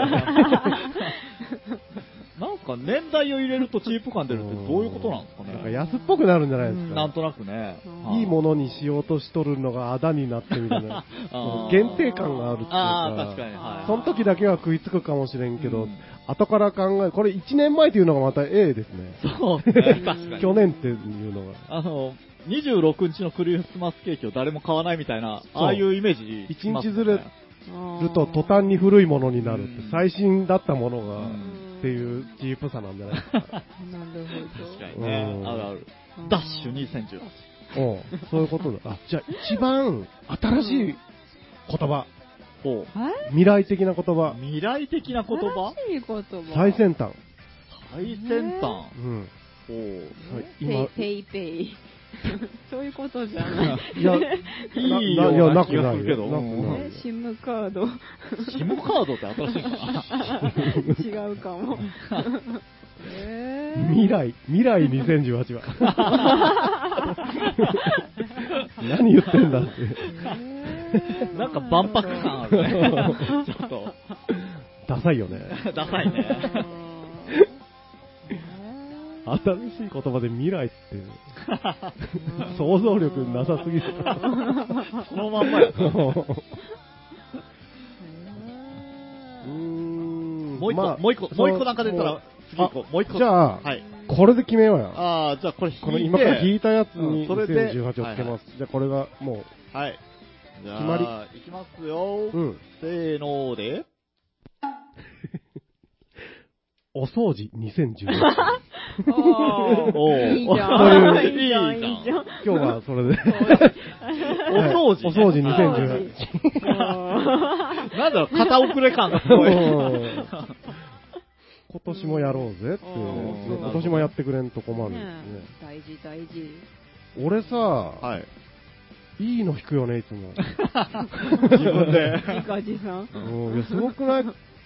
なんか年代を入れるとチープ感出るってどういうことなんですかね。 なんか安っぽくなるんじゃないですか。 なんとなくね。 いいものにしようとしとるのがあだになってみたいな。その限定感があるっていうか。 ああ、確かに。はい。 その時だけは食いつくかもしれんけど、 うん後から考え、これいちねんまえというのがまた A ですね。 そうですね。確かに。 去年っていうのが。 あの、にじゅうろくにちのクリスマスケーキを誰も買わないみたいな、 そうああいうイメージ一しますね。 日ずれると途端に古いものになるってうん、 最新だったものが、 うんっていうチープさなんじゃないですか。 なるほど。 確かにねう。んあるある。ダッシュにせんじゅうはち。 おうそういうことだ。あ、じゃあ一番新しい言葉、 ほう。 はい未来的な言葉、 未来的な言葉新しい言葉。 最先端。 最先端。 うん。 ほう。 ペイ今、 ペイペイ。そういうことじゃない。 いや、 いいような気がするけど。 なくないえシムカード。 シムカードって新しいかな。 違うかも。えー未来、未来にせんじゅうはちは。何言ってんだって。 えーなんか万博感あるね。ちょっと。 ダサいよね。 ダサいね。 新しい言葉で未来って、想像力なさすぎる。 そのまんまや。 うーんもう一個、 まあもう一個、もう一個なんか出たら、次行こう。もう一個。 じゃあ、 はい。 これで決めようや。 ああ、じゃあこれ引いてこの今から引いたやつにうんそれでにせんじゅうはちをつけます。じゃあこれがもはい。じゃあ、 決まりいきますよ。 う、うん。 せーので。 お掃除にせんじゅうはち。 おーおーいいじゃん。 いいじゃんいいじゃん。 今日はそれで。 お掃除、ね。 お掃除にせんじゅうはち。 なんだろう、片遅れ感がすごい。 今年もやろうぜっていうねうん今年もやってくれんと困るんですね。 大事大事。 俺さ、 はい。 いいの弾くよね、いつも。 自分で。 自画自賛。 うん、いやすごくない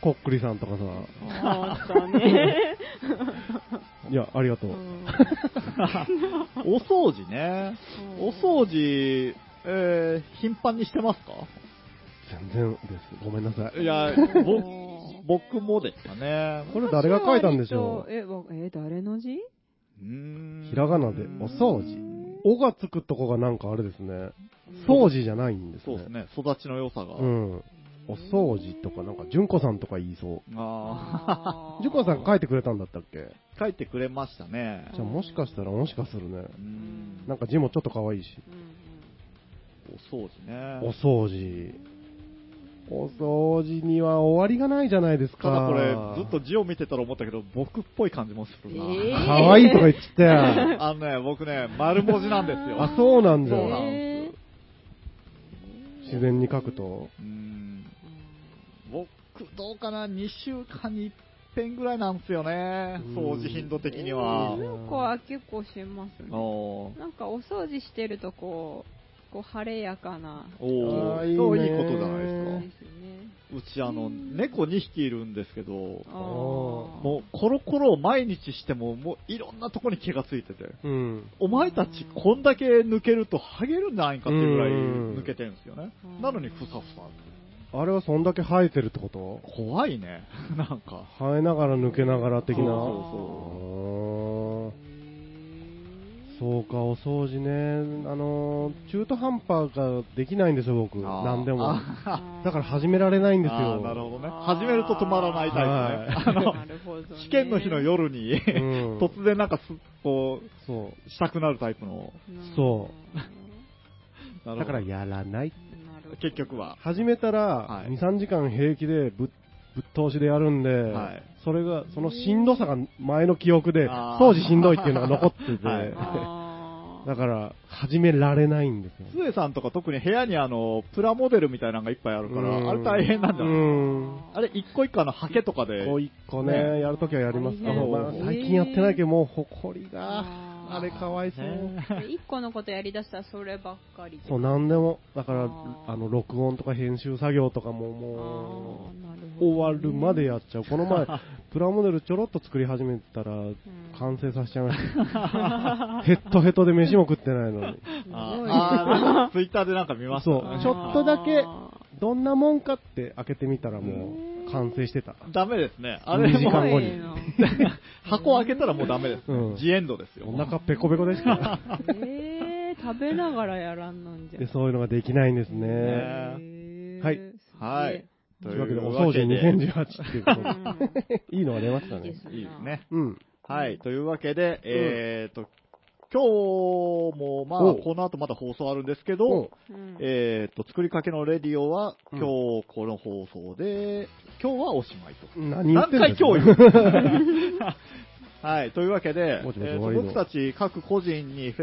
こっくりさんとかさ。 あったね。 いや、ありがとう。 うん、 お掃除ね。お掃除、えー、頻繁にしてますか？ 全然です。ごめんなさい。 いや、僕もですかね。 これ誰が書いたんでしょう？ え、え、誰の字？ うーん。 ひらがなで、お掃除。おがつくとこがなんかあれですね。掃除じゃないんですね。 そうですね。育ちの良さが。 うん。お掃除とか、なんか、純子さんとか言いそう。 ああ。純子さん書いてくれたんだったっけ？ 書いてくれましたね。 じゃあもしかしたらもしかするね。 うんなんか字もちょっと可愛いし。 お掃除ね。 お掃除。お掃除には終わりがないじゃないですか。 ただこれ、ずっと字を見てたら思ったけど、僕っぽい感じもするな。 えー、 可愛いとか言ってたよ。 あのね、僕ね、丸文字なんですよ。 あ、そうなんだ。 そうなんです。 自然に書くと。 うーん。僕、どうかな、にしゅうかんにいっぺんぐらいなんですよね。掃除頻度的には。 なんか結構しますね。 おなんかお掃除してるとこう、こう晴れやかな。 おー、 いいそういいことじゃないですか。 ですね。 うちあの、猫にひきいるんですけど、 ももうコロコロを毎日しても、もういろんなとこに気がついてて、 うん。 お前たちこんだけ抜けるとハゲるんじゃないかっていうぐらい抜けてるんですよね。なのにふさふさ。 あれはそんだけ生えてるってこと？ 怖いね。なんか。 生えながら抜けながら的な。 そうそうそう。そうか、お掃除ね。あのー、中途半端ができないんですよ、僕。何でも。だから始められないんですよ。 なるほどね。始めると止まらないタイプね。あの、試験の日の夜に、うん、突然なんかす、こう、そう、したくなるタイプの。 そう。だからやらない。 結局は。 始めたら、に、さんじかん平気でぶっ、ぶっ通しでやるんで、はい、それが、そのしんどさが前の記憶で、当時しんどいっていうのが残ってて、はい、だから、始められないんですよ。 つえさんとか特に部屋にあの、プラモデルみたいなのがいっぱいあるから、あれ大変なんだよ。あれ、一個一個のハケとかで。 一個一個ね、ねやるときはやりますけど、まあ、最近やってないけど、もう、ほこりが。あれかわいそう。 一個のことやりだしたらそればっかり。 そう、なんでも。だから、あの、録音とか編集作業とかももう、終わるまでやっちゃう。この前、プラモデルちょろっと作り始めたら、完成させちゃいました。ヘッドヘッドで飯も食ってないのに。 ああ、ツイッターでなんか見ましたね。 そう、ちょっとだけ、どんなもんかって開けてみたらもう、完成してた。 ダメですね。あれにじかんごに。 箱開けたらもうダメです。うん、ジエンドですよ。 お腹ペコペコでした。 えー、食べながらやらんのんじゃ。 で、そういうのができないんですね。はい。 はい。 というわけで、お掃除にせんじゅうはちっていうことで。いいのが出ましたね。いいですね。 うん。 はい。というわけで、えーと、今日も、まあ、この後まだ放送あるんですけど、えっと、作りかけのレディオは、今日この放送で、今日はおしまいと。 何言ってんの？ 何回今日言うはい。というわけで、えー、僕たち各個人に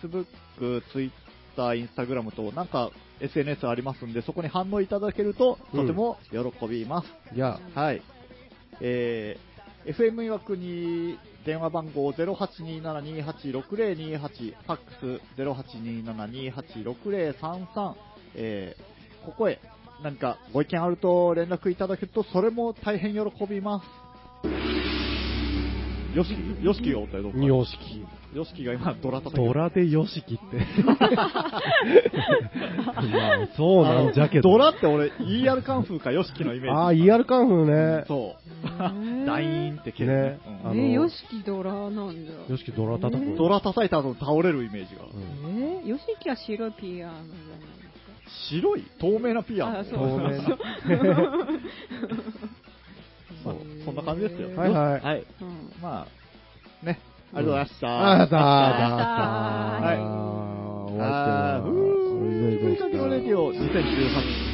Facebook、Twitter、Instagram となんか エスエヌエス ありますんで、そこに反応いただけるととても喜びます。 うん、いや、 はい。えー、エフエム 曰くに電話番号 ゼロはちにーななにーはちろくぜろにーはち、ファックス ゼロはちにーななにーはちろくぜろさんさん、えー、ここへ何かご意見あると連絡いただけると、それも大変喜びます。よしき、よしきがおったよ、どうか。 よしき。 よしきが今、ドラ叩き。ドラでよしきって。まあ、そうなんじゃけど。 ドラって俺、イーアール カンフーかよしきのイメージ。 ああ、イーアール カンフーね。 そう。ダイーンって蹴るね。 あの、よしきドラなんだ。 よしきドラ叩く。 ドラ叩いた後倒れるイメージが。 えー、よしきは白いピアノじゃないですか。 白い透明なピアノ。 そう透明な。 そう、そんな感じですよ。 はいはい。 はい。うん、まあ、ね。ありがとうございました。 ありがとうございました。 はい。終わってます。ふー。作りかけのレディオにせんじゅうはち。